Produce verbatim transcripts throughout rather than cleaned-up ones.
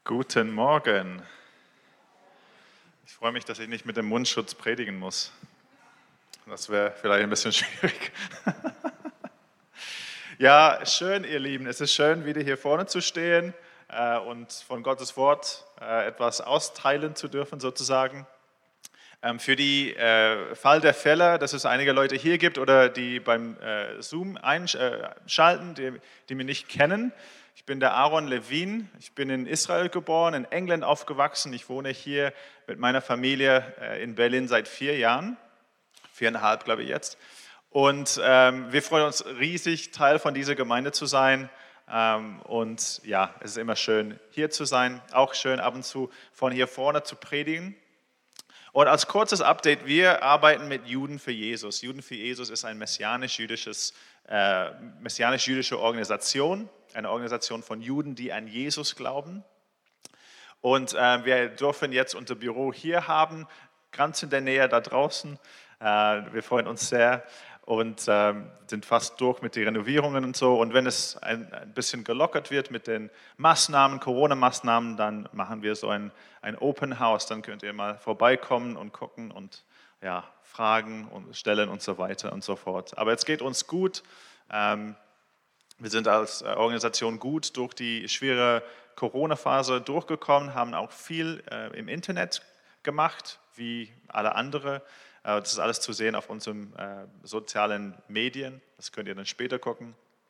Guten Morgen. Ich freue mich, dass ich nicht mit dem Mundschutz predigen muss. Das wäre vielleicht ein bisschen schwierig. Ja, schön, ihr Lieben. Es ist schön, wieder hier vorne zu stehen äh, und von Gottes Wort äh, etwas austeilen zu dürfen, sozusagen. Ähm, für die äh, Fall der Fälle, dass es einige Leute hier gibt oder die beim äh, Zoom einschalten, die, die mich nicht kennen. Ich bin der Aaron Levin, ich bin in Israel geboren, in England aufgewachsen. Ich wohne hier mit meiner Familie äh, in Berlin seit vier Jahren, viereinhalb glaube ich jetzt. Und ähm, wir freuen uns riesig, Teil von dieser Gemeinde zu sein. Ähm, und ja, es ist immer schön, hier zu sein. Auch schön, ab und zu von hier vorne zu predigen. Und als kurzes Update, wir arbeiten mit Juden für Jesus. Juden für Jesus ist eine messianisch-jüdisches, äh, messianisch-jüdische Organisation, eine Organisation von Juden, die an Jesus glauben. Und äh, wir dürfen jetzt unser Büro hier haben, ganz in der Nähe da draußen. Äh, wir freuen uns sehr und äh, sind fast durch mit den Renovierungen und so. Und wenn es ein, ein bisschen gelockert wird mit den Maßnahmen, Corona-Maßnahmen, dann machen wir so ein, ein Open House. Dann könnt ihr mal vorbeikommen und gucken und ja, fragen und stellen und so weiter und so fort. Aber es geht uns gut. Ähm, wir sind als Organisation gut durch die schwere Corona-Phase durchgekommen, haben auch viel äh, im Internet gemacht, wie alle anderen. Das ist alles zu sehen auf unseren äh, sozialen Medien. Das könnt ihr dann später gucken.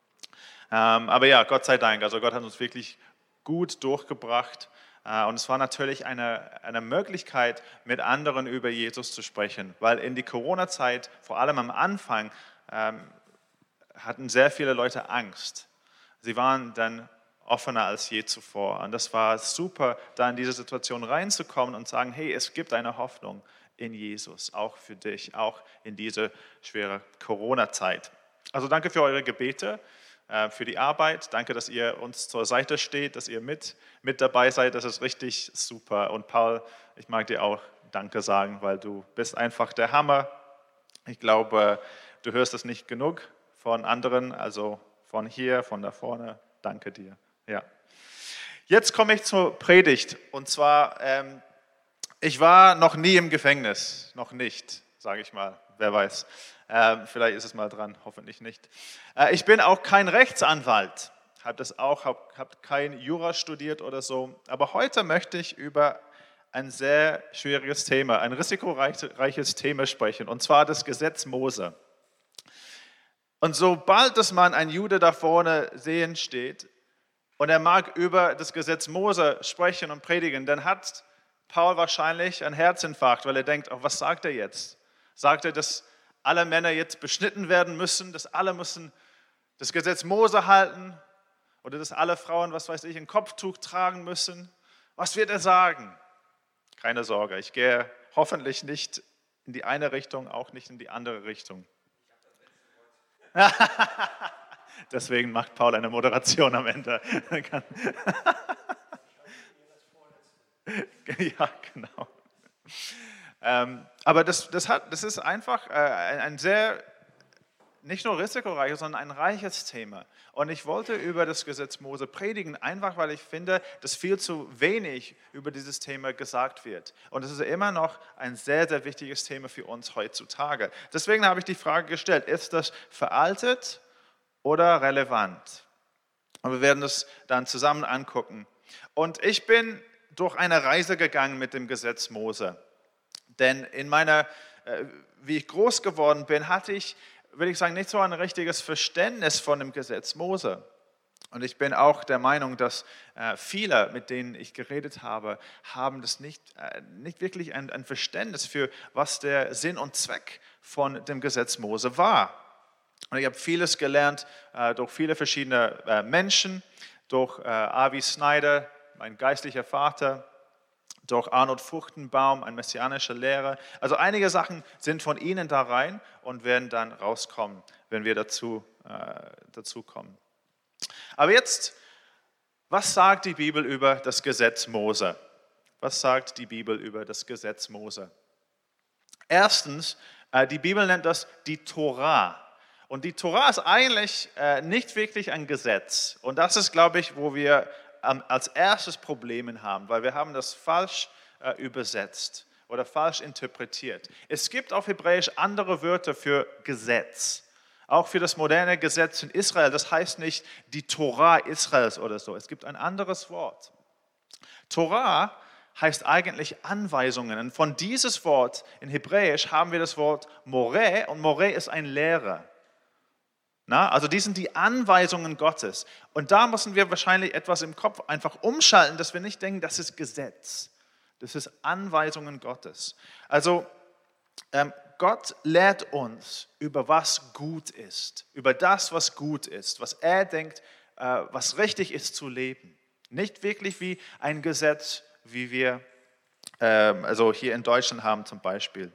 Ähm, aber ja, Gott sei Dank. Also Gott hat uns wirklich gut durchgebracht. Äh, und es war natürlich eine, eine Möglichkeit, mit anderen über Jesus zu sprechen. Weil in die Corona-Zeit, vor allem am Anfang, ähm, hatten sehr viele Leute Angst. Sie waren dann offener als je zuvor. Und das war super, da in diese Situation reinzukommen und sagen, hey, es gibt eine Hoffnung in Jesus, auch für dich, auch in diese schwere Corona-Zeit. Also danke für eure Gebete, für die Arbeit. Danke, dass ihr uns zur Seite steht, dass ihr mit, mit dabei seid. Das ist richtig super. Und Paul, ich mag dir auch Danke sagen, weil du bist einfach der Hammer. Ich glaube, du hörst es nicht genug von anderen, also von hier, von da vorne. Danke dir. Ja. Jetzt komme ich zur Predigt. Und zwar, ähm, ich war noch nie im Gefängnis, noch nicht, sage ich mal, wer weiß. Ähm, vielleicht ist es mal dran, hoffentlich nicht. Äh, ich bin auch kein Rechtsanwalt, habe das auch, habe hab kein Jura studiert oder so. Aber heute möchte ich über ein sehr schwieriges Thema, ein risikoreiches Thema sprechen, und zwar das Gesetz Mose. Und sobald dass man einen Jude da vorne sehen steht und er mag über das Gesetz Mose sprechen und predigen, dann hat Paul wahrscheinlich einen Herzinfarkt, weil er denkt, oh, was sagt er jetzt? Sagt er, dass alle Männer jetzt beschnitten werden müssen, dass alle müssen das Gesetz Mose halten oder dass alle Frauen, was weiß ich, ein Kopftuch tragen müssen? Was wird er sagen? Keine Sorge, ich gehe hoffentlich nicht in die eine Richtung, auch nicht in die andere Richtung. Deswegen macht Paul eine Moderation am Ende. Ja, genau. Ähm, aber das, das, hat, das ist einfach äh, ein sehr, nicht nur risikoreiches, sondern ein reiches Thema. Und ich wollte über das Gesetz Mose predigen, einfach weil ich finde, dass viel zu wenig über dieses Thema gesagt wird. Und es ist immer noch ein sehr, sehr wichtiges Thema für uns heutzutage. Deswegen habe ich die Frage gestellt, ist das veraltet oder relevant? Und wir werden das dann zusammen angucken. Und ich bin durch eine Reise gegangen mit dem Gesetz Mose. Denn in meiner, wie ich groß geworden bin, hatte ich, würde ich sagen, nicht so ein richtiges Verständnis von dem Gesetz Mose. Und ich bin auch der Meinung, dass viele, mit denen ich geredet habe, haben das nicht, nicht wirklich ein, ein Verständnis für, was der Sinn und Zweck von dem Gesetz Mose war. Und ich habe vieles gelernt durch viele verschiedene Menschen, durch Avi Snyder, mein geistlicher Vater, durch Arnold Fruchtenbaum, ein messianischer Lehrer. Also einige Sachen sind von ihnen da rein und werden dann rauskommen, wenn wir dazu, äh, dazu kommen. Aber jetzt, was sagt die Bibel über das Gesetz Mose? Was sagt die Bibel über das Gesetz Mose? Erstens, äh, die Bibel nennt das die Torah. Und die Torah ist eigentlich äh, nicht wirklich ein Gesetz. Und das ist, glaube ich, wo wir ähm, als erstes Probleme haben, weil wir haben das falsch äh, übersetzt oder falsch interpretiert. Es gibt auf Hebräisch andere Wörter für Gesetz. Auch für das moderne Gesetz in Israel. Das heißt nicht die Torah Israels oder so. Es gibt ein anderes Wort. Torah heißt eigentlich Anweisungen. Und von dieses Wort in Hebräisch haben wir das Wort Moreh. Und Moreh ist ein Lehrer. Na, also die sind die Anweisungen Gottes. Und da müssen wir wahrscheinlich etwas im Kopf einfach umschalten, dass wir nicht denken, das ist Gesetz. Das ist Anweisungen Gottes. Also ähm, Gott lehrt uns über was gut ist, über das, was gut ist, was er denkt, äh, was richtig ist zu leben. Nicht wirklich wie ein Gesetz, wie wir ähm, also hier in Deutschland haben zum Beispiel.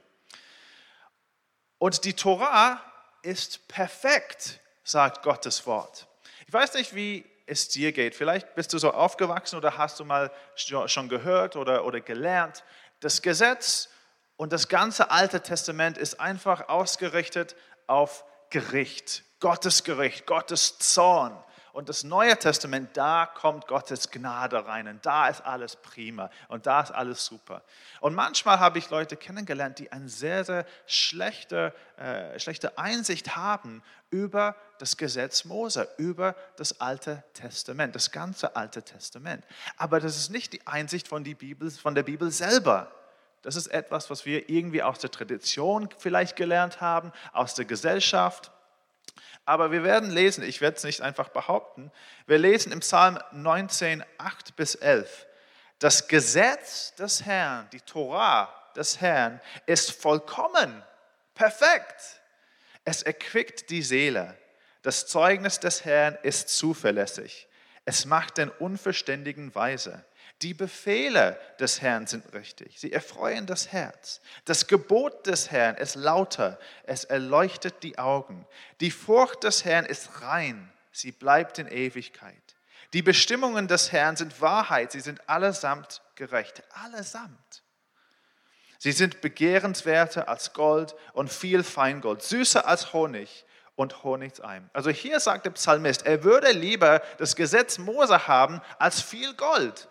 Und die Torah ist perfekt, sagt Gottes Wort. Ich weiß nicht, wie es dir geht. Vielleicht bist du so aufgewachsen oder hast du mal schon gehört oder, oder gelernt. Das Gesetz und das ganze Alte Testament ist einfach ausgerichtet auf Gericht, Gottes Gericht, Gottes Zorn. Und das Neue Testament, da kommt Gottes Gnade rein und da ist alles prima und da ist alles super. Und manchmal habe ich Leute kennengelernt, die eine sehr, sehr schlechte, äh, schlechte Einsicht haben über das Gesetz Mose, über das Alte Testament, das ganze Alte Testament. Aber das ist nicht die Einsicht von, die Bibel, von der Bibel selber. Das ist etwas, was wir irgendwie aus der Tradition vielleicht gelernt haben, aus der Gesellschaft. Aber wir werden lesen, ich werde es nicht einfach behaupten, wir lesen im Psalm neunzehn, acht bis elf. Das Gesetz des Herrn, die Torah des Herrn, ist vollkommen, perfekt. Es erquickt die Seele. Das Zeugnis des Herrn ist zuverlässig. Es macht den Unverständigen weise. Die Befehle des Herrn sind richtig. Sie erfreuen das Herz. Das Gebot des Herrn ist lauter. Es erleuchtet die Augen. Die Furcht des Herrn ist rein. Sie bleibt in Ewigkeit. Die Bestimmungen des Herrn sind Wahrheit. Sie sind allesamt gerecht. Allesamt. Sie sind begehrenswerter als Gold und viel Feingold. Süßer als Honig und Honigseim. Also hier sagt der Psalmist, er würde lieber das Gesetz Mose haben als viel Gold.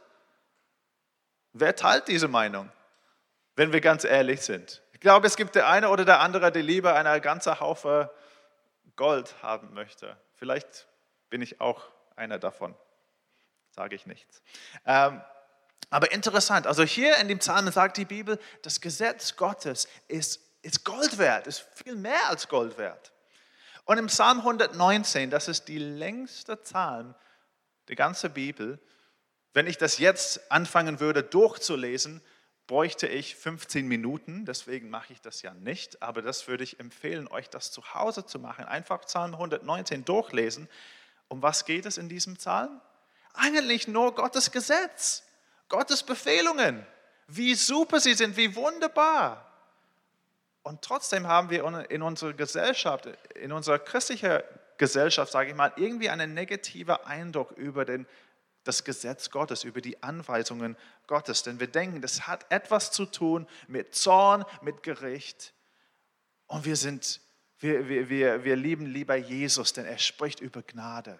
Wer teilt diese Meinung, wenn wir ganz ehrlich sind? Ich glaube, es gibt der eine oder der andere, der lieber eine ganze Haufe Gold haben möchte. Vielleicht bin ich auch einer davon, sage ich nichts. Ähm, aber interessant, also hier in dem Psalm sagt die Bibel, das Gesetz Gottes ist, ist Gold wert, ist viel mehr als Gold wert. Und im Psalm hundertneunzehn, das ist die längste Psalm der ganzen Bibel. Wenn ich das jetzt anfangen würde durchzulesen, bräuchte ich fünfzehn Minuten, deswegen mache ich das ja nicht, aber das würde ich empfehlen, euch das zu Hause zu machen. Einfach Psalm hundertneunzehn durchlesen. Um was geht es in diesem Psalm? Eigentlich nur Gottes Gesetz, Gottes Befehlungen, wie super sie sind, wie wunderbar. Und trotzdem haben wir in unserer Gesellschaft, in unserer christlichen Gesellschaft, sage ich mal, irgendwie einen negativen Eindruck über den das Gesetz Gottes, über die Anweisungen Gottes. Denn wir denken, das hat etwas zu tun mit Zorn, mit Gericht. Und wir, sind, wir, wir, wir, wir lieben lieber Jesus, denn er spricht über Gnade.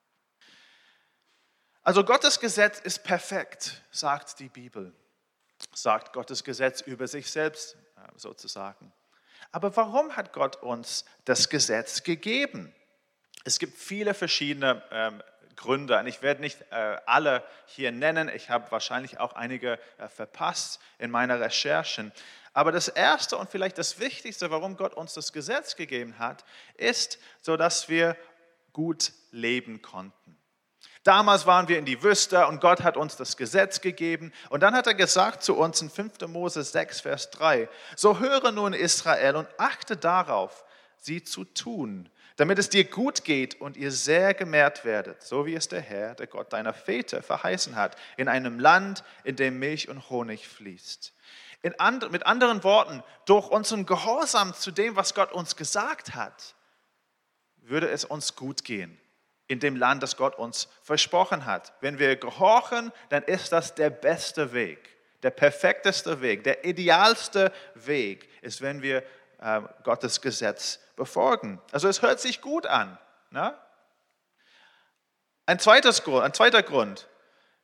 Also Gottes Gesetz ist perfekt, sagt die Bibel. Sagt Gottes Gesetz über sich selbst sozusagen. Aber warum hat Gott uns das Gesetz gegeben? Es gibt viele verschiedene ähm, Gründe. Und ich werde nicht äh, alle hier nennen. Ich habe wahrscheinlich auch einige äh, verpasst in meiner Recherchen. Aber das Erste und vielleicht das Wichtigste, warum Gott uns das Gesetz gegeben hat, ist, so dass wir gut leben konnten. Damals waren wir in die Wüste und Gott hat uns das Gesetz gegeben. Und dann hat er gesagt zu uns in fünfter Mose sechs, Vers drei, so höre nun Israel und achte darauf, sie zu tun, damit es dir gut geht und ihr sehr gemehrt werdet, so wie es der Herr, der Gott deiner Väter, verheißen hat, in einem Land, in dem Milch und Honig fließt. In and, mit anderen Worten, durch unseren Gehorsam zu dem, was Gott uns gesagt hat, würde es uns gut gehen in dem Land, das Gott uns versprochen hat. Wenn wir gehorchen, dann ist das der beste Weg, der perfekteste Weg, der idealste Weg ist, wenn wir äh, Gottes Gesetz befolgen. Also es hört sich gut an. Ne? Ein, zweites Grund, ein zweiter Grund.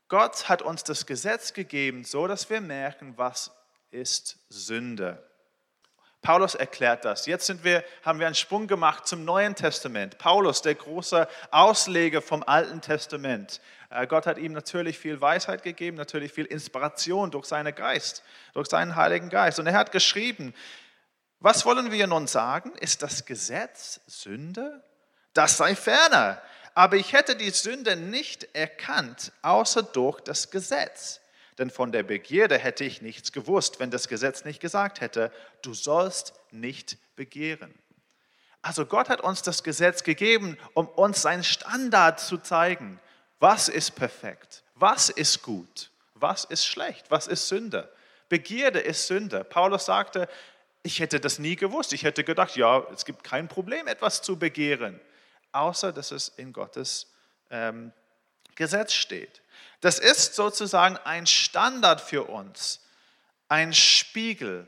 Gott hat uns das Gesetz gegeben, so dass wir merken, was ist Sünde. Paulus erklärt das. Jetzt sind wir, haben wir einen Sprung gemacht zum Neuen Testament. Paulus, der große Ausleger vom Alten Testament. Gott hat ihm natürlich viel Weisheit gegeben, natürlich viel Inspiration durch seinen Geist, durch seinen Heiligen Geist. Und er hat geschrieben, was wollen wir nun sagen? Ist das Gesetz Sünde? Das sei ferner. Aber ich hätte die Sünde nicht erkannt, außer durch das Gesetz. Denn von der Begierde hätte ich nichts gewusst, wenn das Gesetz nicht gesagt hätte, du sollst nicht begehren. Also Gott hat uns das Gesetz gegeben, um uns seinen Standard zu zeigen. Was ist perfekt? Was ist gut? Was ist schlecht? Was ist Sünde? Begierde ist Sünde. Paulus sagte, ich hätte das nie gewusst. Ich hätte gedacht, ja, es gibt kein Problem, etwas zu begehren, außer dass es in Gottes ähm, Gesetz steht. Das ist sozusagen ein Standard für uns, ein Spiegel.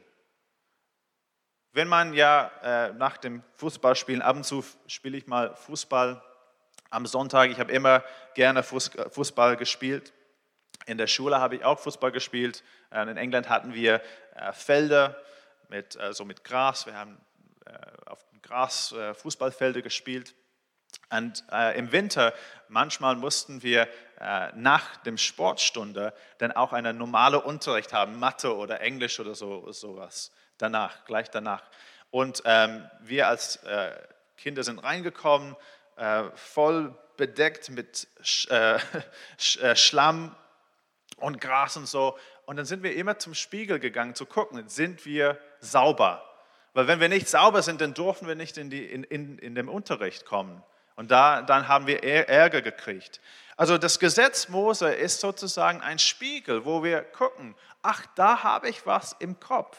Wenn man ja äh, nach dem Fußballspielen, ab und zu spiele ich mal Fußball am Sonntag, ich habe immer gerne Fußball gespielt. In der Schule habe ich auch Fußball gespielt. In England hatten wir äh, Felder mit, äh, so mit Gras, wir haben äh, auf dem Gras äh, Fußballfelder gespielt. Und äh, im Winter, manchmal mussten wir äh, nach dem Sportstunde dann auch einen normalen Unterricht haben, Mathe oder Englisch oder so, sowas, danach, gleich danach. Und ähm, wir als äh, Kinder sind reingekommen, äh, voll bedeckt mit Sch, äh, Sch, äh, Schlamm und Gras und so. Und dann sind wir immer zum Spiegel gegangen, zu gucken, sind wir sauber? Weil wenn wir nicht sauber sind, dann dürfen wir nicht in, die, in, in, in den Unterricht kommen. Und da, dann haben wir Ärger gekriegt. Also das Gesetz Mose ist sozusagen ein Spiegel, wo wir gucken, ach, da habe ich was im Kopf.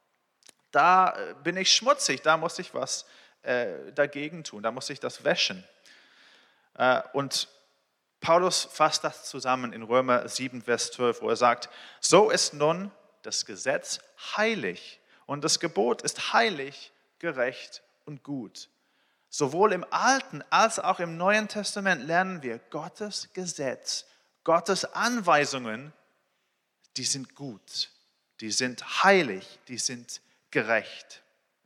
Da bin ich schmutzig, da muss ich was äh, dagegen tun, da muss ich das wäschen. Äh, und Paulus fasst das zusammen in Römer sieben, Vers zwölf, wo er sagt, so ist nun das Gesetz heilig und das Gebot ist heilig, gerecht und gut. Sowohl im Alten als auch im Neuen Testament lernen wir, Gottes Gesetz, Gottes Anweisungen, die sind gut, die sind heilig, die sind gerecht.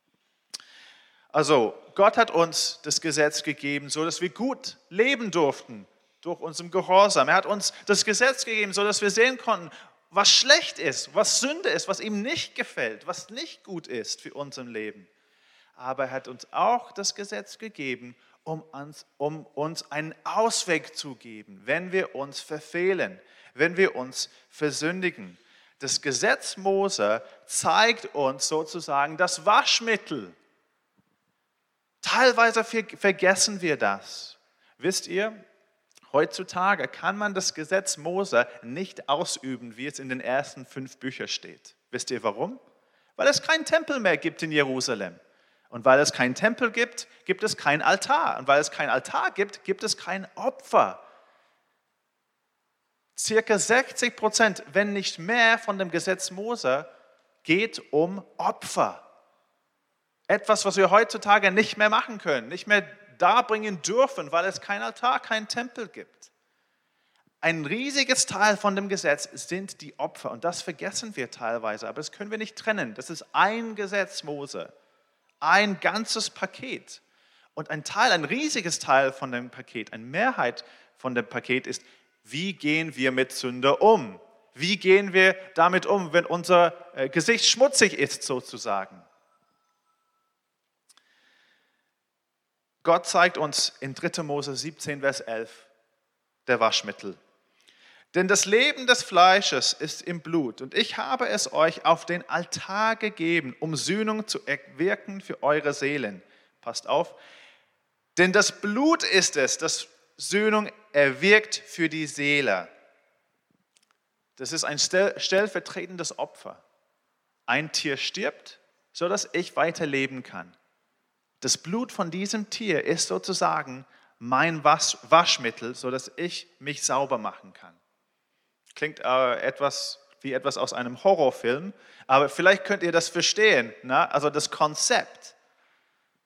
Also Gott hat uns das Gesetz gegeben, so dass wir gut leben durften durch unseren Gehorsam. Er hat uns das Gesetz gegeben, so dass wir sehen konnten, was schlecht ist, was Sünde ist, was ihm nicht gefällt, was nicht gut ist für unser Leben. Aber er hat uns auch das Gesetz gegeben, um uns, um uns einen Ausweg zu geben, wenn wir uns verfehlen, wenn wir uns versündigen. Das Gesetz Mose zeigt uns sozusagen das Waschmittel. Teilweise vergessen wir das. Wisst ihr, heutzutage kann man das Gesetz Mose nicht ausüben, wie es in den ersten fünf Büchern steht. Wisst ihr warum? Weil es keinen Tempel mehr gibt in Jerusalem. Und weil es keinen Tempel gibt, gibt es keinen Altar. Und weil es keinen Altar gibt, gibt es kein Opfer. Circa sechzig Prozent, wenn nicht mehr, von dem Gesetz Mose geht um Opfer. Etwas, was wir heutzutage nicht mehr machen können, nicht mehr darbringen dürfen, weil es keinen Altar, keinen Tempel gibt. Ein riesiges Teil von dem Gesetz sind die Opfer. Und das vergessen wir teilweise, aber das können wir nicht trennen. Das ist ein Gesetz Mose. Ein ganzes Paket. Und ein Teil, ein riesiges Teil von dem Paket, eine Mehrheit von dem Paket ist, wie gehen wir mit Sünde um? Wie gehen wir damit um, wenn unser Gesicht schmutzig ist, sozusagen? Gott zeigt uns in dritter Mose siebzehn, Vers elf, der Waschmittel. Denn das Leben des Fleisches ist im Blut und ich habe es euch auf den Altar gegeben, um Sühnung zu erwirken für eure Seelen. Passt auf. Denn das Blut ist es, das Sühnung erwirkt für die Seele. Das ist ein stellvertretendes Opfer. Ein Tier stirbt, sodass ich weiterleben kann. Das Blut von diesem Tier ist sozusagen mein Waschmittel, sodass ich mich sauber machen kann. Klingt äh, etwas wie etwas aus einem Horrorfilm, aber vielleicht könnt ihr das verstehen. Ne? Also das Konzept.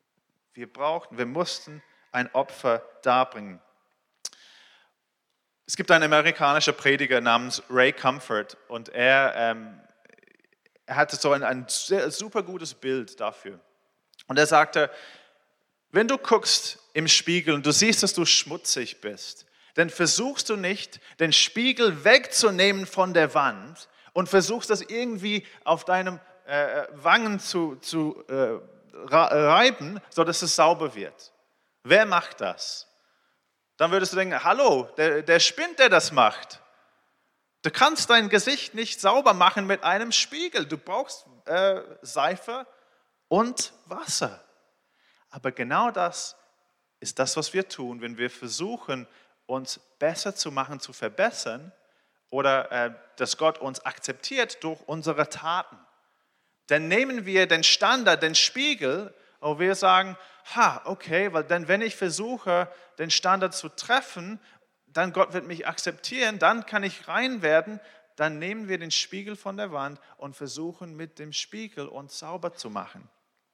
Wir brauchten, wir mussten ein Opfer darbringen. Es gibt einen amerikanischen Prediger namens Ray Comfort und er, ähm, er hatte so ein, ein sehr, super gutes Bild dafür. Und er sagte, wenn du guckst im Spiegel und du siehst, dass du schmutzig bist, dann versuchst du nicht, den Spiegel wegzunehmen von der Wand und versuchst das irgendwie auf deinem äh, Wangen zu, zu äh, reiben, sodass es sauber wird. Wer macht das? Dann würdest du denken, hallo, der, der spinnt, der das macht. Du kannst dein Gesicht nicht sauber machen mit einem Spiegel. Du brauchst äh, Seife und Wasser. Aber genau das ist das, was wir tun, wenn wir versuchen, uns besser zu machen, zu verbessern oder äh, dass Gott uns akzeptiert durch unsere Taten. Dann nehmen wir den Standard, den Spiegel, und wir sagen, ha, okay, weil dann, wenn ich versuche, den Standard zu treffen, dann Gott wird mich akzeptieren, dann kann ich rein werden, dann nehmen wir den Spiegel von der Wand und versuchen mit dem Spiegel uns sauber zu machen.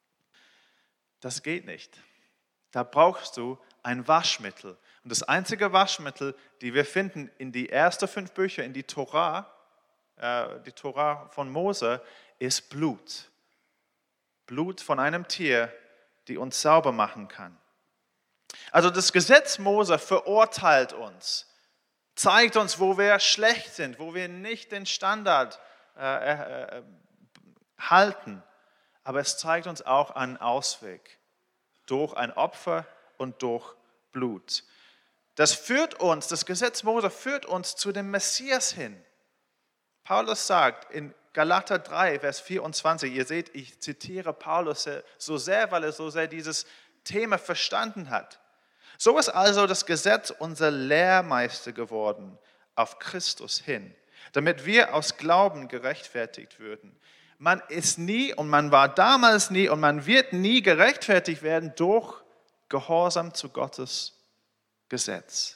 Das geht nicht. Da brauchst du ein Waschmittel. Und das einzige Waschmittel, die wir finden in die ersten fünf Bücher, in die Tora, äh, die Tora von Mose, ist Blut. Blut von einem Tier, die uns sauber machen kann. Also das Gesetz Mose verurteilt uns, zeigt uns, wo wir schlecht sind, wo wir nicht den Standard äh, äh, halten. Aber es zeigt uns auch einen Ausweg durch ein Opfer und durch Blut. Das führt uns, das Gesetz Mose führt uns zu dem Messias hin. Paulus sagt in Galater drei, Vers vierundzwanzig, ihr seht, ich zitiere Paulus so sehr, weil er so sehr dieses Thema verstanden hat. So ist also das Gesetz unser Lehrmeister geworden auf Christus hin, damit wir aus Glauben gerechtfertigt würden. Man ist nie und man war damals nie und man wird nie gerechtfertigt werden durch Gehorsam zu Gottes Gesetz.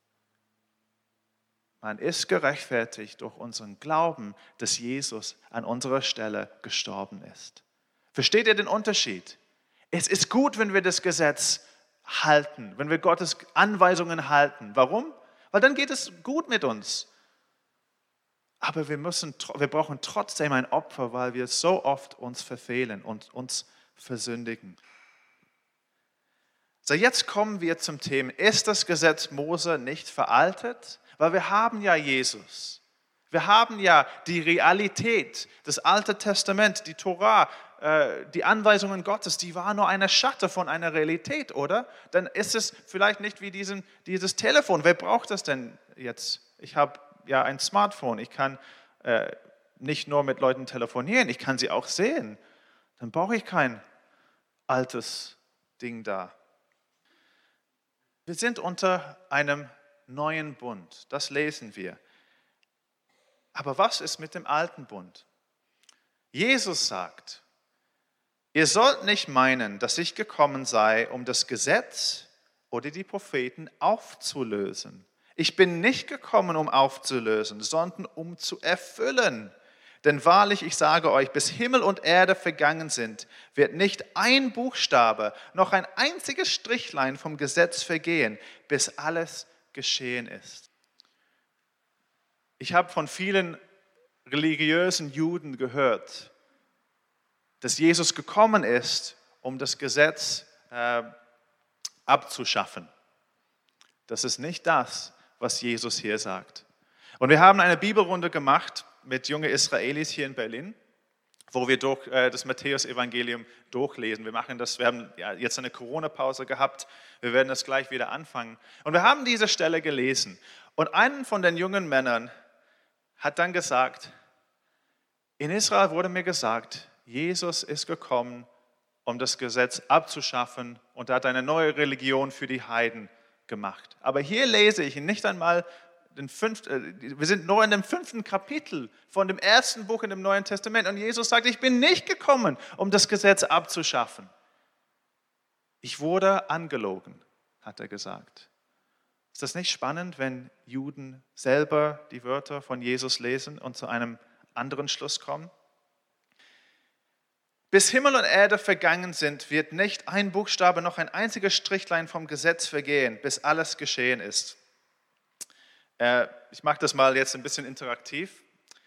Man ist gerechtfertigt durch unseren Glauben, dass Jesus an unserer Stelle gestorben ist. Versteht ihr den Unterschied? Es ist gut, wenn wir das Gesetz halten, wenn wir Gottes Anweisungen halten. Warum? Weil dann geht es gut mit uns. Aber wir, müssen, wir brauchen trotzdem ein Opfer, weil wir so oft uns verfehlen und uns versündigen. So, jetzt kommen wir zum Thema, ist das Gesetz Mose nicht veraltet? Weil wir haben ja Jesus. Wir haben ja die Realität, das Alte Testament, die Tora, äh, die Anweisungen Gottes, die war nur eine Schatten von einer Realität, oder? Dann ist es vielleicht nicht wie diesen, dieses Telefon. Wer braucht das denn jetzt? Ich habe ja ein Smartphone. Ich kann äh, nicht nur mit Leuten telefonieren, ich kann sie auch sehen. Dann brauche ich kein altes Ding da. Wir sind unter einem neuen Bund, das lesen wir. Aber was ist mit dem alten Bund? Jesus sagt, ihr sollt nicht meinen, dass ich gekommen sei, um das Gesetz oder die Propheten aufzulösen. Ich bin nicht gekommen, um aufzulösen, sondern um zu erfüllen. Denn wahrlich, ich sage euch, bis Himmel und Erde vergangen sind, wird nicht ein Buchstabe, noch ein einziges Strichlein vom Gesetz vergehen, bis alles geschehen ist. Ich habe von vielen religiösen Juden gehört, dass Jesus gekommen ist, um das Gesetz äh, abzuschaffen. Das ist nicht das, was Jesus hier sagt. Und wir haben eine Bibelrunde gemacht mit jungen Israelis hier in Berlin, wo wir durch äh, das Matthäus-Evangelium durchlesen. Wir machen das, wir haben ja, jetzt eine Corona-Pause gehabt, wir werden das gleich wieder anfangen. Und wir haben diese Stelle gelesen. Und einen von den jungen Männern hat dann gesagt, in Israel wurde mir gesagt, Jesus ist gekommen, um das Gesetz abzuschaffen und hat eine neue Religion für die Heiden gemacht. Aber hier lese ich nicht einmal, den fünften, wir sind nur in dem fünften Kapitel von dem ersten Buch in dem Neuen Testament und Jesus sagt, ich bin nicht gekommen, um das Gesetz abzuschaffen. Ich wurde angelogen, hat er gesagt. Ist das nicht spannend, wenn Juden selber die Wörter von Jesus lesen und zu einem anderen Schluss kommen? Bis Himmel und Erde vergangen sind, wird nicht ein Buchstabe noch ein einziges Strichlein vom Gesetz vergehen, bis alles geschehen ist. Äh, ich mache das mal jetzt ein bisschen interaktiv.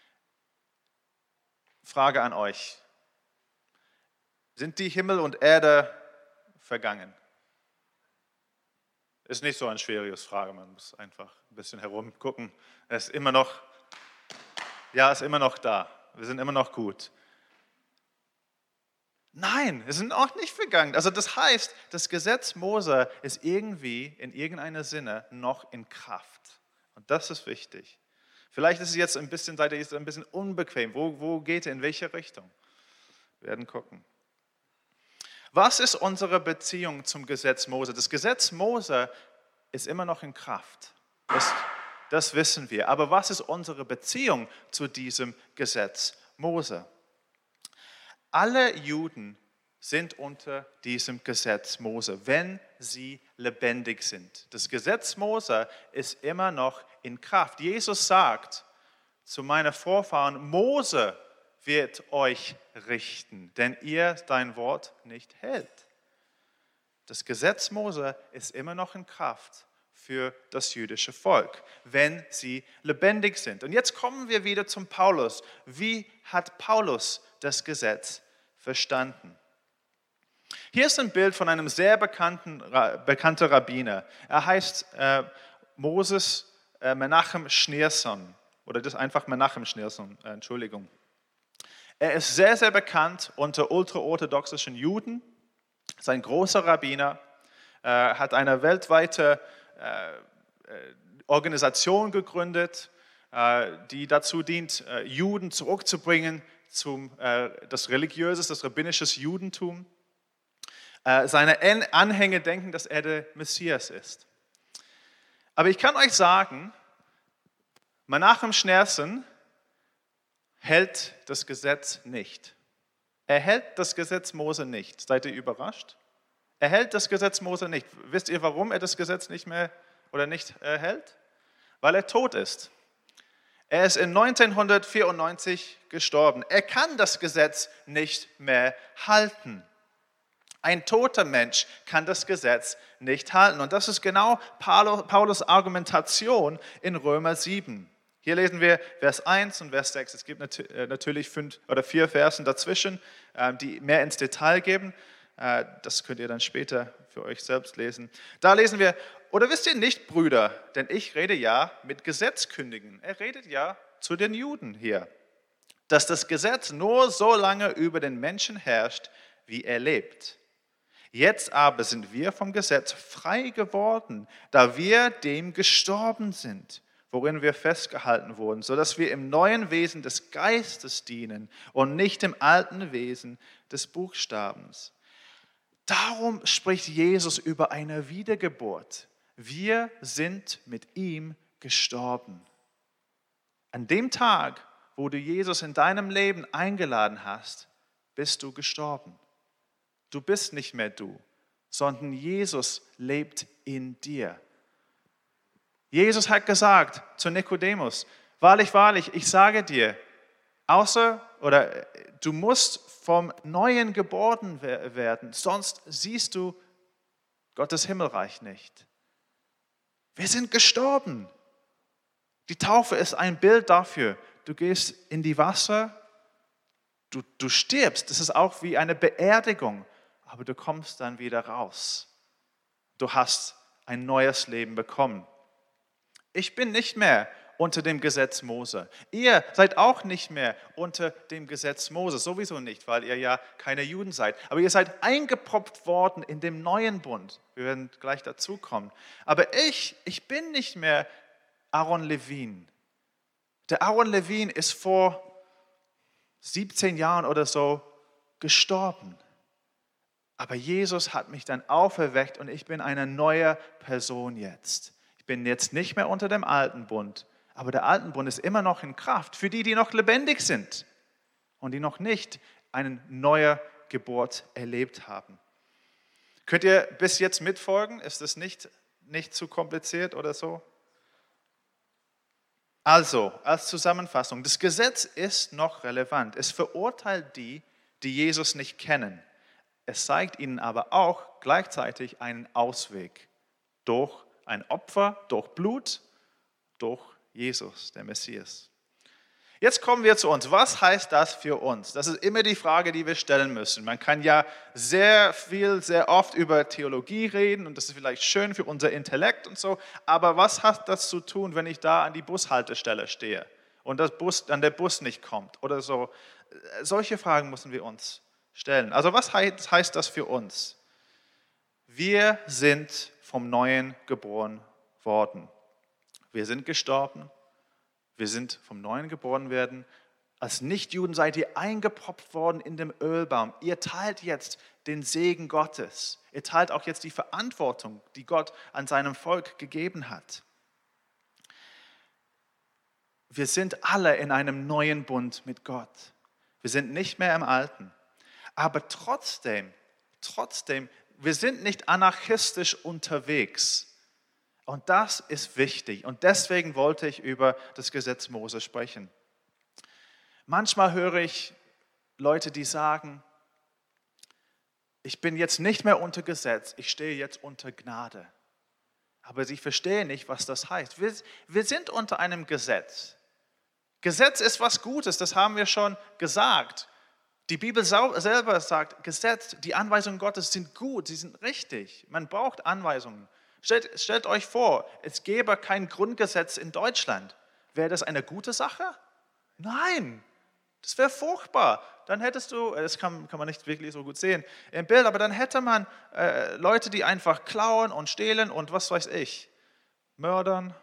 Frage an euch. Sind die Himmel und Erde vergangen? Ist nicht so eine schwierige Frage, man muss einfach ein bisschen herumgucken. Es ist immer noch, ja, ist immer noch da. Wir sind immer noch gut. Nein, es sind auch nicht vergangen. Also das heißt, das Gesetz Mose ist irgendwie in irgendeinem Sinne noch in Kraft. Und das ist wichtig. Vielleicht ist es jetzt ein bisschen, seid ihr jetzt ein bisschen unbequem. Wo, wo geht ihr, in welche Richtung? Wir werden gucken. Was ist unsere Beziehung zum Gesetz Mose? Das Gesetz Mose ist immer noch in Kraft. Das, das wissen wir. Aber was ist unsere Beziehung zu diesem Gesetz Mose? Alle Juden sind unter diesem Gesetz Mose, wenn sie lebendig sind. Das Gesetz Mose ist immer noch in Kraft. Jesus sagt zu meinen Vorfahren, Mose wird euch richten, denn ihr dein Wort nicht hält. Das Gesetz Mose ist immer noch in Kraft für das jüdische Volk, wenn sie lebendig sind. Und jetzt kommen wir wieder zum Paulus. Wie hat Paulus das Gesetz verstanden? Hier ist ein Bild von einem sehr bekannten, bekannten Rabbiner. Er heißt äh, Moses äh, Menachem Schneerson, oder das ist einfach Menachem Schneerson, äh, Entschuldigung. Er ist sehr, sehr bekannt unter ultraorthodoxischen Juden. Ist ein großer Rabbiner, äh, hat eine weltweite äh, Organisation gegründet, äh, die dazu dient, äh, Juden zurückzubringen zum äh, das religiöse, das rabbinische Judentum. Äh, seine Anhänger denken, dass er der Messias ist. Aber ich kann euch sagen, Menachem Schneerson hält das Gesetz nicht. Er hält das Gesetz Mose nicht. Seid ihr überrascht? Er hält das Gesetz Mose nicht. Wisst ihr, warum er das Gesetz nicht mehr oder nicht äh, hält? Weil er tot ist. Er ist in neunzehnhundertvierundneunzig gestorben. Er kann das Gesetz nicht mehr halten. Ein toter Mensch kann das Gesetz nicht halten. Und das ist genau Paulus' Argumentation in Römer sieben. Hier lesen wir Vers eins und Vers sechs. Es gibt natürlich fünf oder vier Versen dazwischen, die mehr ins Detail geben. Das könnt ihr dann später für euch selbst lesen. Da lesen wir, oder wisst ihr nicht, Brüder, denn ich rede ja mit Gesetzkündigen. Er redet ja zu den Juden hier, dass das Gesetz nur so lange über den Menschen herrscht, wie er lebt. Jetzt aber sind wir vom Gesetz frei geworden, da wir dem gestorben sind, worin wir festgehalten wurden, sodass wir im neuen Wesen des Geistes dienen und nicht im alten Wesen des Buchstabens. Darum spricht Jesus über eine Wiedergeburt. Wir sind mit ihm gestorben. An dem Tag, wo du Jesus in deinem Leben eingeladen hast, bist du gestorben. Du bist nicht mehr du, sondern Jesus lebt in dir. Jesus hat gesagt zu Nikodemus, wahrlich, wahrlich, ich sage dir, außer oder du musst vom Neuen geboren werden, sonst siehst du Gottes Himmelreich nicht. Wir sind gestorben. Die Taufe ist ein Bild dafür. Du gehst in die Wasser, du, du stirbst. Das ist auch wie eine Beerdigung, aber du kommst dann wieder raus. Du hast ein neues Leben bekommen. Ich bin nicht mehr unter dem Gesetz Mose. Ihr seid auch nicht mehr unter dem Gesetz Mose. Sowieso nicht, weil ihr ja keine Juden seid. Aber ihr seid eingepropft worden in dem neuen Bund. Wir werden gleich dazu kommen. Aber ich, ich bin nicht mehr Aaron Levin. Der Aaron Levin ist vor siebzehn Jahren oder so gestorben. Aber Jesus hat mich dann auferweckt und ich bin eine neue Person jetzt. Ich bin jetzt nicht mehr unter dem alten Bund, aber der alte Bund ist immer noch in Kraft für die, die noch lebendig sind und die noch nicht eine neue Geburt erlebt haben. Könnt ihr bis jetzt mitfolgen? Ist das nicht, nicht zu kompliziert oder so? Also, als Zusammenfassung, das Gesetz ist noch relevant. Es verurteilt die, die Jesus nicht kennen. Es zeigt ihnen aber auch gleichzeitig einen Ausweg durch ein Opfer, durch Blut, durch Jesus, der Messias. Jetzt kommen wir zu uns. Was heißt das für uns? Das ist immer die Frage, die wir stellen müssen. Man kann ja sehr viel, sehr oft über Theologie reden und das ist vielleicht schön für unser Intellekt und so, aber was hat das zu tun, wenn ich da an die Bushaltestelle stehe und das Bus, dann der Bus nicht kommt oder so? Solche Fragen müssen wir uns stellen. Also was heißt das für uns? Wir sind vom Neuen geboren worden. Wir sind gestorben. Wir sind vom Neuen geboren werden. Als Nichtjuden seid ihr eingepropft worden in dem Ölbaum. Ihr teilt jetzt den Segen Gottes. Ihr teilt auch jetzt die Verantwortung, die Gott an seinem Volk gegeben hat. Wir sind alle in einem neuen Bund mit Gott. Wir sind nicht mehr im Alten. Aber trotzdem, trotzdem, wir sind nicht anarchistisch unterwegs. Und das ist wichtig. Und deswegen wollte ich über das Gesetz Mose sprechen. Manchmal höre ich Leute, die sagen, ich bin jetzt nicht mehr unter Gesetz, ich stehe jetzt unter Gnade. Aber sie verstehen nicht, was das heißt. Wir, wir sind unter einem Gesetz. Gesetz ist was Gutes, das haben wir schon gesagt. Die Bibel selber sagt, Gesetz, die Anweisungen Gottes sind gut, sie sind richtig. Man braucht Anweisungen. Stellt, stellt euch vor, es gäbe kein Grundgesetz in Deutschland. Wäre das eine gute Sache? Nein, das wäre furchtbar. Dann hättest du, das kann, kann man nicht wirklich so gut sehen im Bild, aber dann hätte man äh, Leute, die einfach klauen und stehlen und was weiß ich, mördern.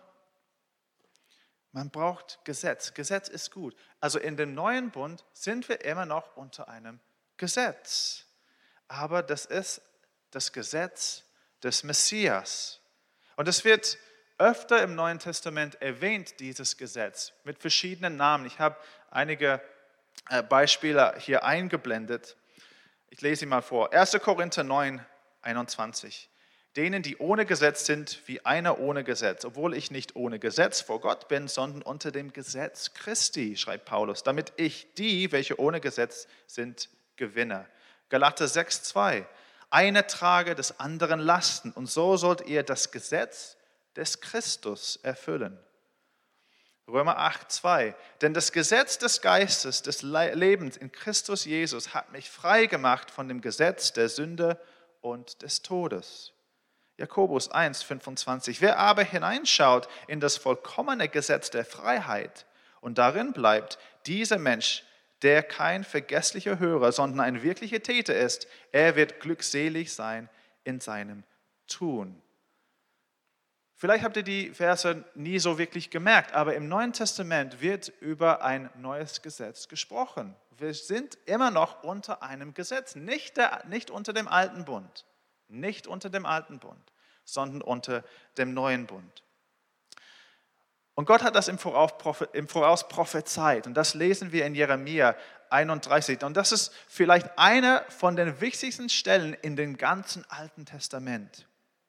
Man braucht Gesetz. Gesetz ist gut. Also in dem neuen Bund sind wir immer noch unter einem Gesetz. Aber das ist das Gesetz des Messias. Und es wird öfter im Neuen Testament erwähnt, dieses Gesetz, mit verschiedenen Namen. Ich habe einige Beispiele hier eingeblendet. Ich lese sie mal vor. erster Korinther neun, einundzwanzig. Denen, die ohne Gesetz sind, wie einer ohne Gesetz, obwohl ich nicht ohne Gesetz vor Gott bin, sondern unter dem Gesetz Christi, schreibt Paulus, damit ich die, welche ohne Gesetz sind, gewinne. Galater sechs, zwei. Eine trage des anderen Lasten und so sollt ihr das Gesetz des Christus erfüllen. Römer acht, zwei. Denn das Gesetz des Geistes, des Lebens in Christus Jesus hat mich frei gemacht von dem Gesetz der Sünde und des Todes. Jakobus eins, fünfundzwanzig. Wer aber hineinschaut in das vollkommene Gesetz der Freiheit und darin bleibt, dieser Mensch, der kein vergesslicher Hörer, sondern ein wirklicher Täter ist, er wird glückselig sein in seinem Tun. Vielleicht habt ihr die Verse nie so wirklich gemerkt, aber im Neuen Testament wird über ein neues Gesetz gesprochen. Wir sind immer noch unter einem Gesetz, nicht, der, nicht unter dem alten Bund, nicht unter dem alten Bund, sondern unter dem neuen Bund. Und Gott hat das im Voraus, im Voraus prophezeit und das lesen wir in Jeremia einunddreißig. Und das ist vielleicht eine von den wichtigsten Stellen in dem ganzen Alten Testament.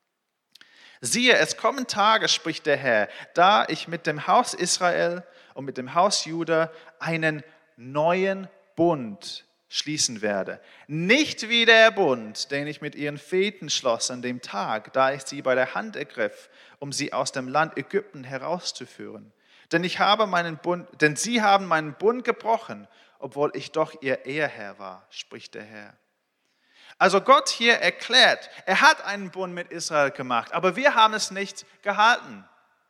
Siehe, es kommen Tage, spricht der Herr, da ich mit dem Haus Israel und mit dem Haus Juda einen neuen Bund schließen werde. Nicht wie der Bund, den ich mit ihren Vätern schloss an dem Tag, da ich sie bei der Hand ergriff, um sie aus dem Land Ägypten herauszuführen. Denn ich habe meinen Bund, denn sie haben meinen Bund gebrochen, obwohl ich doch ihr Eheherr war, spricht der Herr. Also Gott hier erklärt, er hat einen Bund mit Israel gemacht, aber wir haben es nicht gehalten.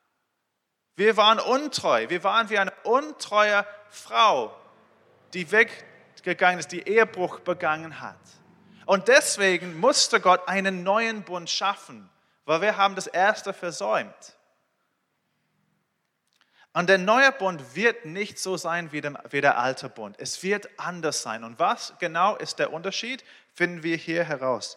Wir waren untreu, wir waren wie eine untreue Frau, die weggegangen ist, die Ehebruch begangen hat. Und deswegen musste Gott einen neuen Bund schaffen, weil wir haben das erste versäumt. Und der neue Bund wird nicht so sein wie, dem, wie der alte Bund. Es wird anders sein. Und was genau ist der Unterschied, finden wir hier heraus.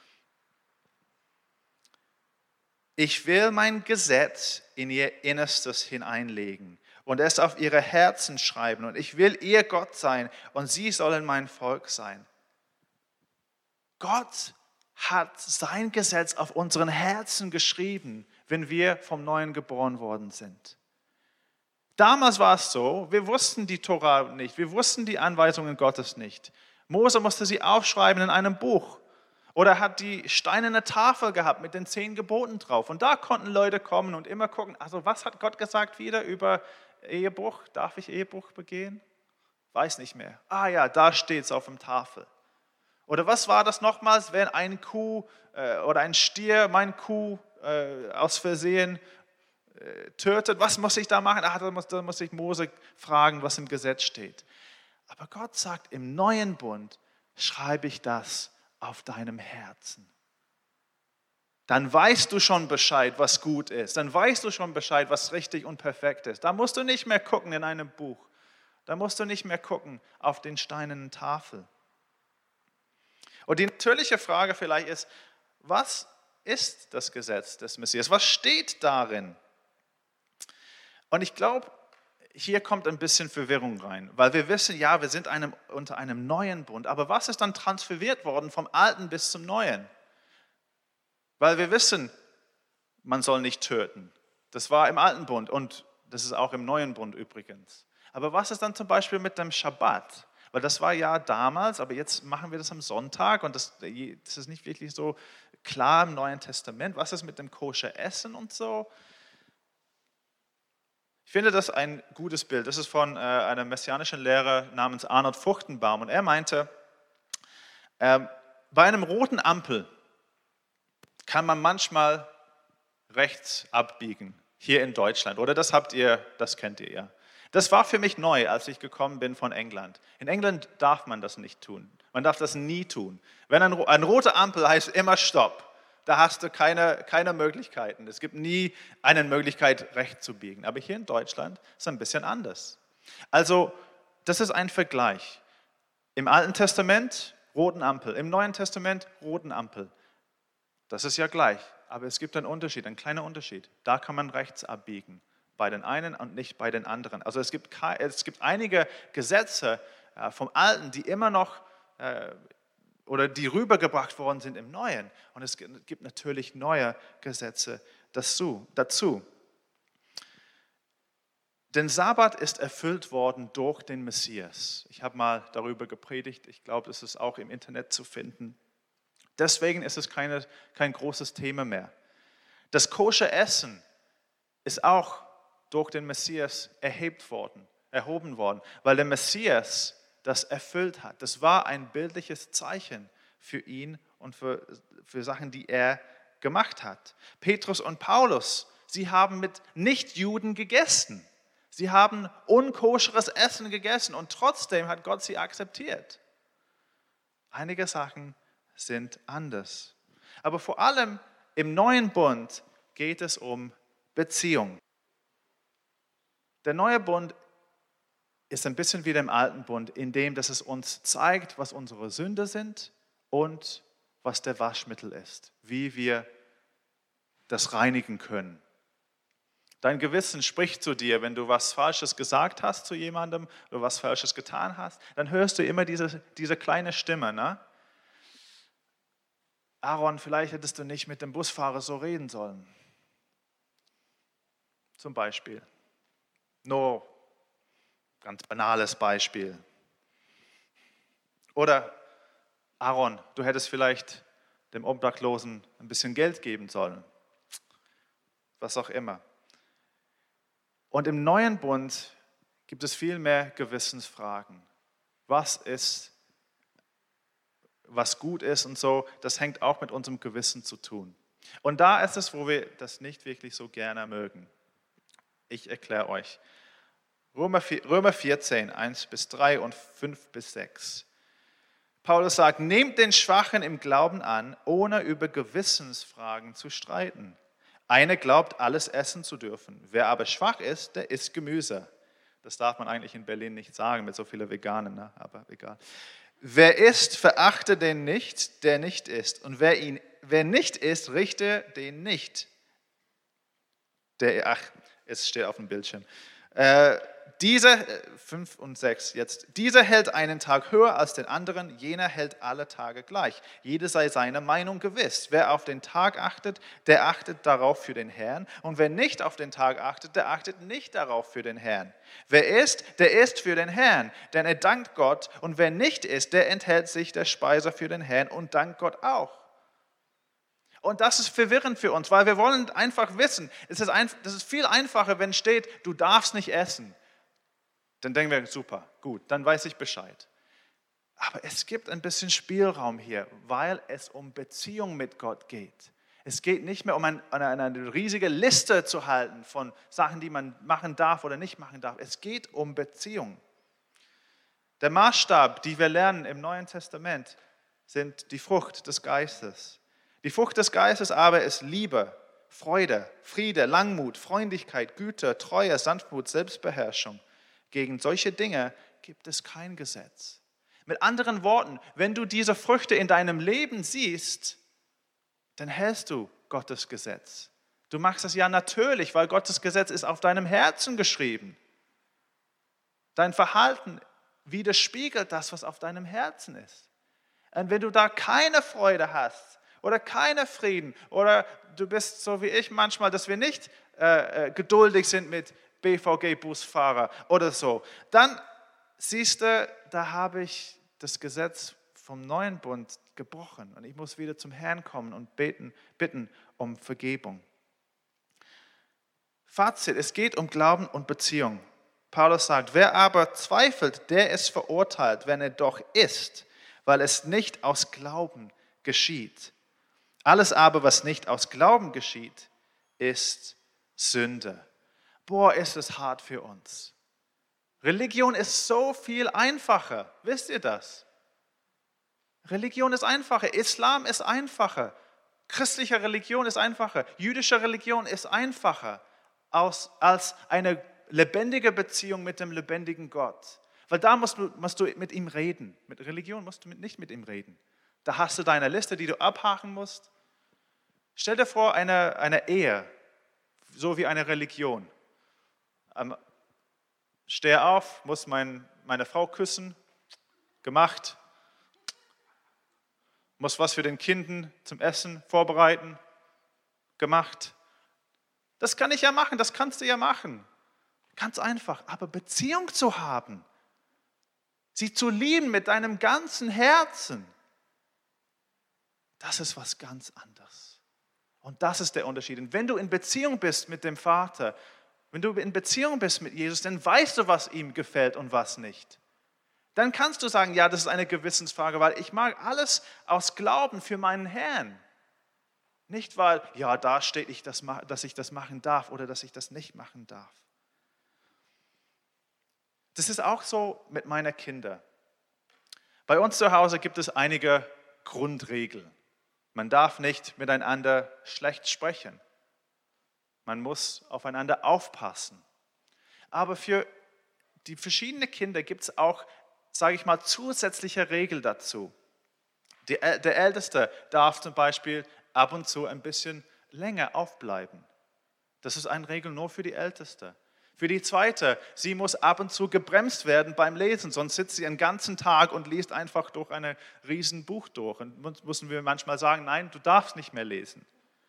Ich will mein Gesetz in ihr Innerstes hineinlegen und es auf ihre Herzen schreiben. Und ich will ihr Gott sein und sie sollen mein Volk sein. Gott hat sein Gesetz auf unseren Herzen geschrieben, wenn wir vom Neuen geboren worden sind. Damals war es so, wir wussten die Tora nicht, wir wussten die Anweisungen Gottes nicht. Mose musste sie aufschreiben in einem Buch. Oder hat die steinerne Tafel gehabt mit den zehn Geboten drauf. Und da konnten Leute kommen und immer gucken, also was hat Gott gesagt wieder über Ehebruch? Darf ich Ehebruch begehen? Weiß nicht mehr. Ah ja, da steht es auf der Tafel. Oder was war das nochmals, wenn ein Kuh äh, oder ein Stier mein Kuh äh, aus Versehen äh, tötet? Was muss ich da machen? Ah, da muss, da muss ich Mose fragen, was im Gesetz steht. Aber Gott sagt, im neuen Bund schreibe ich das auf deinem Herzen. Dann weißt du schon Bescheid, was gut ist. Dann weißt du schon Bescheid, was richtig und perfekt ist. Da musst du nicht mehr gucken in einem Buch. Da musst du nicht mehr gucken auf den steinernen Tafel. Und die natürliche Frage vielleicht ist, was ist das Gesetz des Messias? Was steht darin? Und ich glaube, hier kommt ein bisschen Verwirrung rein, weil wir wissen, ja, wir sind einem, unter einem neuen Bund, aber was ist dann transferiert worden vom Alten bis zum Neuen? Weil wir wissen, man soll nicht töten. Das war im Alten Bund und das ist auch im Neuen Bund übrigens. Aber was ist dann zum Beispiel mit dem Schabbat? Weil das war ja damals, aber jetzt machen wir das am Sonntag und das, das ist nicht wirklich so klar im Neuen Testament. Was ist mit dem koscher Essen und so? Ich finde das ein gutes Bild. Das ist von äh, einem messianischen Lehrer namens Arnold Fruchtenbaum. Und er meinte, äh, bei einem roten Ampel kann man manchmal rechts abbiegen, hier in Deutschland. Oder das habt ihr, das kennt ihr ja. Das war für mich neu, als ich gekommen bin von England. In England darf man das nicht tun. Man darf das nie tun. Wenn ein, eine rote Ampel heißt immer Stopp. Da hast du keine, keine Möglichkeiten. Es gibt nie eine Möglichkeit, rechts zu biegen. Aber hier in Deutschland ist es ein bisschen anders. Also, das ist ein Vergleich. Im Alten Testament roten Ampel, im Neuen Testament roten Ampel. Das ist ja gleich. Aber es gibt einen Unterschied, einen kleinen Unterschied. Da kann man rechts abbiegen. Bei den einen und nicht bei den anderen. Also es gibt, es gibt einige Gesetze vom Alten, die immer noch äh, oder die rübergebracht worden sind im Neuen. Und es gibt natürlich neue Gesetze dazu. dazu. Der Sabbat ist erfüllt worden durch den Messias. Ich habe mal darüber gepredigt. Ich glaube, das ist auch im Internet zu finden. Deswegen ist es keine, kein großes Thema mehr. Das koscher Essen ist auch durch den Messias erhebt worden, erhoben worden, weil der Messias das erfüllt hat. Das war ein bildliches Zeichen für ihn und für, für Sachen, die er gemacht hat. Petrus und Paulus, sie haben mit Nichtjuden gegessen. Sie haben unkoscheres Essen gegessen und trotzdem hat Gott sie akzeptiert. Einige Sachen sind anders. Aber vor allem im neuen Bund geht es um Beziehung. Der neue Bund ist ein bisschen wie im alten Bund, in dem dass es uns zeigt, was unsere Sünde sind und was der Waschmittel ist, wie wir das reinigen können. Dein Gewissen spricht zu dir, wenn du was Falsches gesagt hast zu jemandem oder was Falsches getan hast, dann hörst du immer diese, diese kleine Stimme. Ne? Aaron, vielleicht hättest du nicht mit dem Busfahrer so reden sollen. Zum Beispiel. Nur ganz banales Beispiel. Oder Aaron, du hättest vielleicht dem Obdachlosen ein bisschen Geld geben sollen. Was auch immer. Und im neuen Bund gibt es viel mehr Gewissensfragen. Was ist, was gut ist und so, das hängt auch mit unserem Gewissen zu tun. Und da ist es, wo wir das nicht wirklich so gerne mögen. Ich erkläre euch. Römer vierzehn, eins bis drei und fünf bis sechs. Paulus sagt, nehmt den Schwachen im Glauben an, ohne über Gewissensfragen zu streiten. Einer glaubt, alles essen zu dürfen. Wer aber schwach ist, der isst Gemüse. Das darf man eigentlich in Berlin nicht sagen mit so vielen Veganen, ne? Aber egal. Wer isst, verachte den nicht, der nicht isst. Und wer, ihn, wer nicht isst, richte den nicht. Der, ach, es steht auf dem Bildschirm. Äh, dieser, fünf und sechs jetzt, dieser hält einen Tag höher als den anderen, jener hält alle Tage gleich. Jeder sei seiner Meinung gewiss. Wer auf den Tag achtet, der achtet darauf für den Herrn. Und wer nicht auf den Tag achtet, der achtet nicht darauf für den Herrn. Wer isst, der isst für den Herrn, denn er dankt Gott. Und wer nicht isst, der enthält sich der Speise für den Herrn und dankt Gott auch. Und das ist verwirrend für uns, weil wir wollen einfach wissen, es ist ein, das ist viel einfacher, wenn steht, du darfst nicht essen. Dann denken wir, super, gut, dann weiß ich Bescheid. Aber es gibt ein bisschen Spielraum hier, weil es um Beziehung mit Gott geht. Es geht nicht mehr um ein, eine, eine riesige Liste zu halten von Sachen, die man machen darf oder nicht machen darf. Es geht um Beziehung. Der Maßstab, die wir lernen im Neuen Testament, sind die Frucht des Geistes. Die Frucht des Geistes aber ist Liebe, Freude, Friede, Langmut, Freundlichkeit, Güte, Treue, Sanftmut, Selbstbeherrschung. Gegen solche Dinge gibt es kein Gesetz. Mit anderen Worten, wenn du diese Früchte in deinem Leben siehst, dann hältst du Gottes Gesetz. Du machst es ja natürlich, weil Gottes Gesetz ist auf deinem Herzen geschrieben. Dein Verhalten widerspiegelt das, was auf deinem Herzen ist. Und wenn du da keine Freude hast oder keinen Frieden oder du bist so wie ich manchmal, dass wir nicht äh, äh, geduldig sind mit B V G-Busfahrer oder so, dann siehst du, da habe ich das Gesetz vom neuen Bund gebrochen und ich muss wieder zum Herrn kommen und beten, bitten um Vergebung. Fazit, es geht um Glauben und Beziehung. Paulus sagt, wer aber zweifelt, der ist verurteilt, wenn er doch ist, weil es nicht aus Glauben geschieht. Alles aber, was nicht aus Glauben geschieht, ist Sünde. Boah, ist es hart für uns. Religion ist so viel einfacher. Wisst ihr das? Religion ist einfacher. Islam ist einfacher. Christliche Religion ist einfacher. Jüdische Religion ist einfacher als, als eine lebendige Beziehung mit dem lebendigen Gott. Weil da musst du, musst du mit ihm reden. Mit Religion musst du nicht mit ihm reden. Da hast du deine Liste, die du abhaken musst. Stell dir vor, eine, eine Ehe, so wie eine Religion. Ähm, stehe auf, muss mein, meine Frau küssen, gemacht. Muss was für den Kindern zum Essen vorbereiten, gemacht. Das kann ich ja machen, das kannst du ja machen. Ganz einfach, aber Beziehung zu haben, sie zu lieben mit deinem ganzen Herzen, das ist was ganz anderes. Und das ist der Unterschied. Und wenn du in Beziehung bist mit dem Vater, wenn du in Beziehung bist mit Jesus, dann weißt du, was ihm gefällt und was nicht. Dann kannst du sagen, ja, das ist eine Gewissensfrage, weil ich mag alles aus Glauben für meinen Herrn. Nicht, weil, ja, da steht, ich das, dass ich das machen darf oder dass ich das nicht machen darf. Das ist auch so mit meinen Kindern. Bei uns zu Hause gibt es einige Grundregeln. Man darf nicht miteinander schlecht sprechen. Man muss aufeinander aufpassen. Aber für die verschiedenen Kinder gibt es auch, sage ich mal, zusätzliche Regeln dazu. Die, der Älteste darf zum Beispiel ab und zu ein bisschen länger aufbleiben. Das ist eine Regel nur für die Älteste. Für die Zweite, sie muss ab und zu gebremst werden beim Lesen, sonst sitzt sie einen ganzen Tag und liest einfach durch ein riesen Buch durch. Und müssen wir manchmal sagen, nein, du darfst nicht mehr lesen.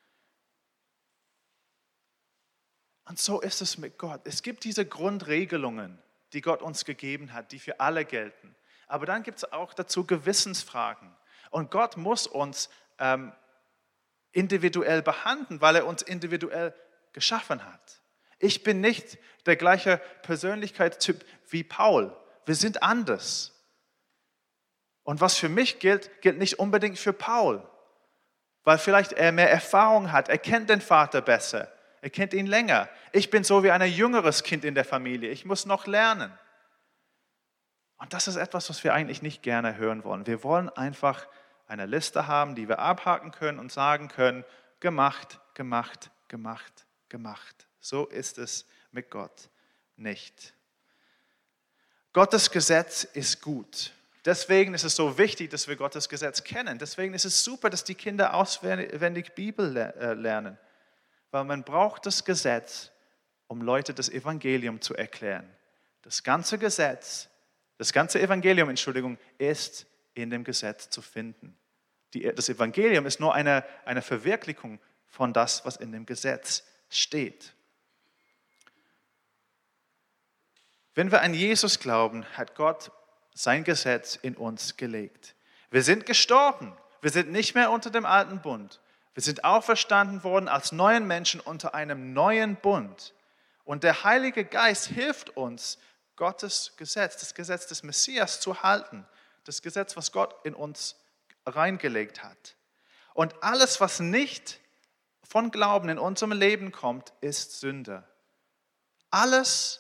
Und so ist es mit Gott. Es gibt diese Grundregelungen, die Gott uns gegeben hat, die für alle gelten. Aber dann gibt es auch dazu Gewissensfragen. Und Gott muss uns ähm, individuell behandeln, weil er uns individuell geschaffen hat. Ich bin nicht der gleiche Persönlichkeitstyp wie Paul. Wir sind anders. Und was für mich gilt, gilt nicht unbedingt für Paul, weil vielleicht er mehr Erfahrung hat. Er kennt den Vater besser. Er kennt ihn länger. Ich bin so wie ein jüngeres Kind in der Familie. Ich muss noch lernen. Und das ist etwas, was wir eigentlich nicht gerne hören wollen. Wir wollen einfach eine Liste haben, die wir abhaken können und sagen können, gemacht, gemacht, gemacht, gemacht. So ist es mit Gott nicht. Gottes Gesetz ist gut. Deswegen ist es so wichtig, dass wir Gottes Gesetz kennen. Deswegen ist es super, dass die Kinder auswendig Bibel lernen. Weil man braucht das Gesetz, um Leute das Evangelium zu erklären. Das ganze Gesetz, das ganze Evangelium, Entschuldigung, ist in dem Gesetz zu finden. Die, das Evangelium ist nur eine, eine Verwirklichung von das, was in dem Gesetz steht. Wenn wir an Jesus glauben, hat Gott sein Gesetz in uns gelegt. Wir sind gestorben. Wir sind nicht mehr unter dem alten Bund. Wir sind auferstanden worden als neuen Menschen unter einem neuen Bund. Und der Heilige Geist hilft uns, Gottes Gesetz, das Gesetz des Messias zu halten. Das Gesetz, was Gott in uns reingelegt hat. Und alles, was nicht von Glauben in unserem Leben kommt, ist Sünde. Alles,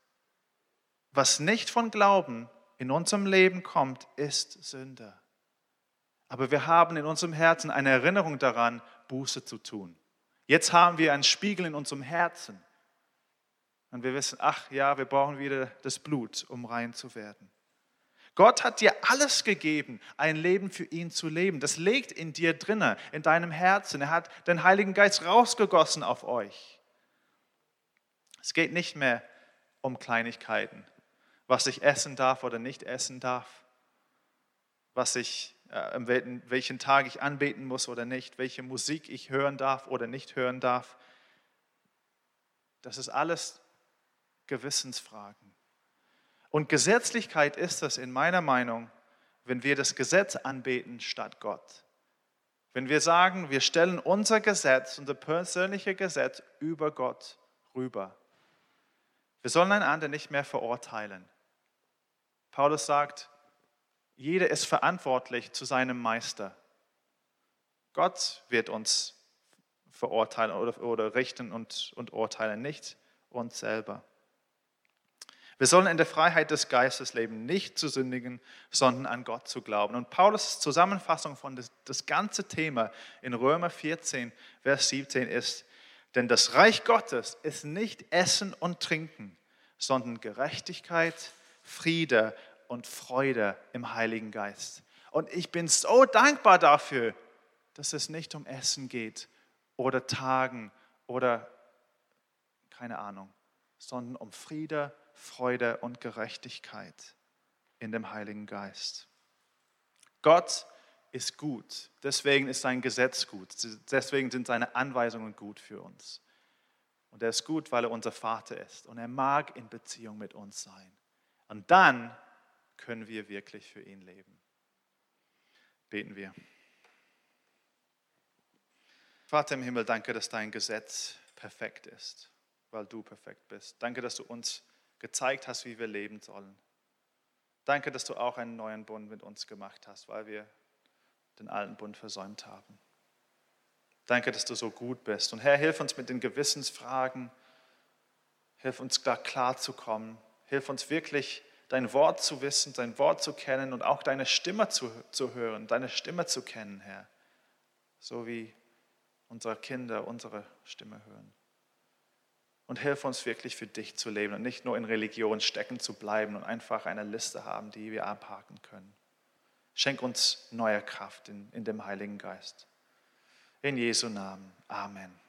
was nicht von Glauben in unserem Leben kommt, ist Sünde. Aber wir haben in unserem Herzen eine Erinnerung daran, Buße zu tun. Jetzt haben wir einen Spiegel in unserem Herzen. Und wir wissen, ach ja, wir brauchen wieder das Blut, um rein zu werden. Gott hat dir alles gegeben, ein Leben für ihn zu leben. Das liegt in dir drinne, in deinem Herzen. Er hat den Heiligen Geist rausgegossen auf euch. Es geht nicht mehr um Kleinigkeiten, was ich essen darf oder nicht essen darf, was ich, äh, welchen Tag ich anbeten muss oder nicht, welche Musik ich hören darf oder nicht hören darf. Das ist alles Gewissensfragen. Und Gesetzlichkeit ist es in meiner Meinung, wenn wir das Gesetz anbeten statt Gott. Wenn wir sagen, wir stellen unser Gesetz, unser persönliches Gesetz über Gott rüber. Wir sollen einander nicht mehr verurteilen. Paulus sagt, jeder ist verantwortlich zu seinem Meister. Gott wird uns verurteilen oder, oder richten und, und urteilen, nicht uns selber. Wir sollen in der Freiheit des Geistes leben, nicht zu sündigen, sondern an Gott zu glauben. Und Paulus' Zusammenfassung von das, das ganze Thema in Römer vierzehn, Vers siebzehn ist, denn das Reich Gottes ist nicht Essen und Trinken, sondern Gerechtigkeit, Friede und Freude im Heiligen Geist. Und ich bin so dankbar dafür, dass es nicht um Essen geht oder Tagen oder keine Ahnung, sondern um Friede, Freude und Gerechtigkeit in dem Heiligen Geist. Gott ist gut, deswegen ist sein Gesetz gut, deswegen sind seine Anweisungen gut für uns. Und er ist gut, weil er unser Vater ist und er mag in Beziehung mit uns sein. Und dann können wir wirklich für ihn leben. Beten wir. Vater im Himmel, danke, dass dein Gesetz perfekt ist, weil du perfekt bist. Danke, dass du uns gezeigt hast, wie wir leben sollen. Danke, dass du auch einen neuen Bund mit uns gemacht hast, weil wir den alten Bund versäumt haben. Danke, dass du so gut bist. Und Herr, hilf uns mit den Gewissensfragen. Hilf uns da klar zu kommen. Hilf uns wirklich, dein Wort zu wissen, dein Wort zu kennen und auch deine Stimme zu, zu hören, deine Stimme zu kennen, Herr. So wie unsere Kinder unsere Stimme hören. Und hilf uns wirklich für dich zu leben und nicht nur in Religion stecken zu bleiben und einfach eine Liste haben, die wir abhaken können. Schenk uns neue Kraft in, in dem Heiligen Geist. In Jesu Namen. Amen.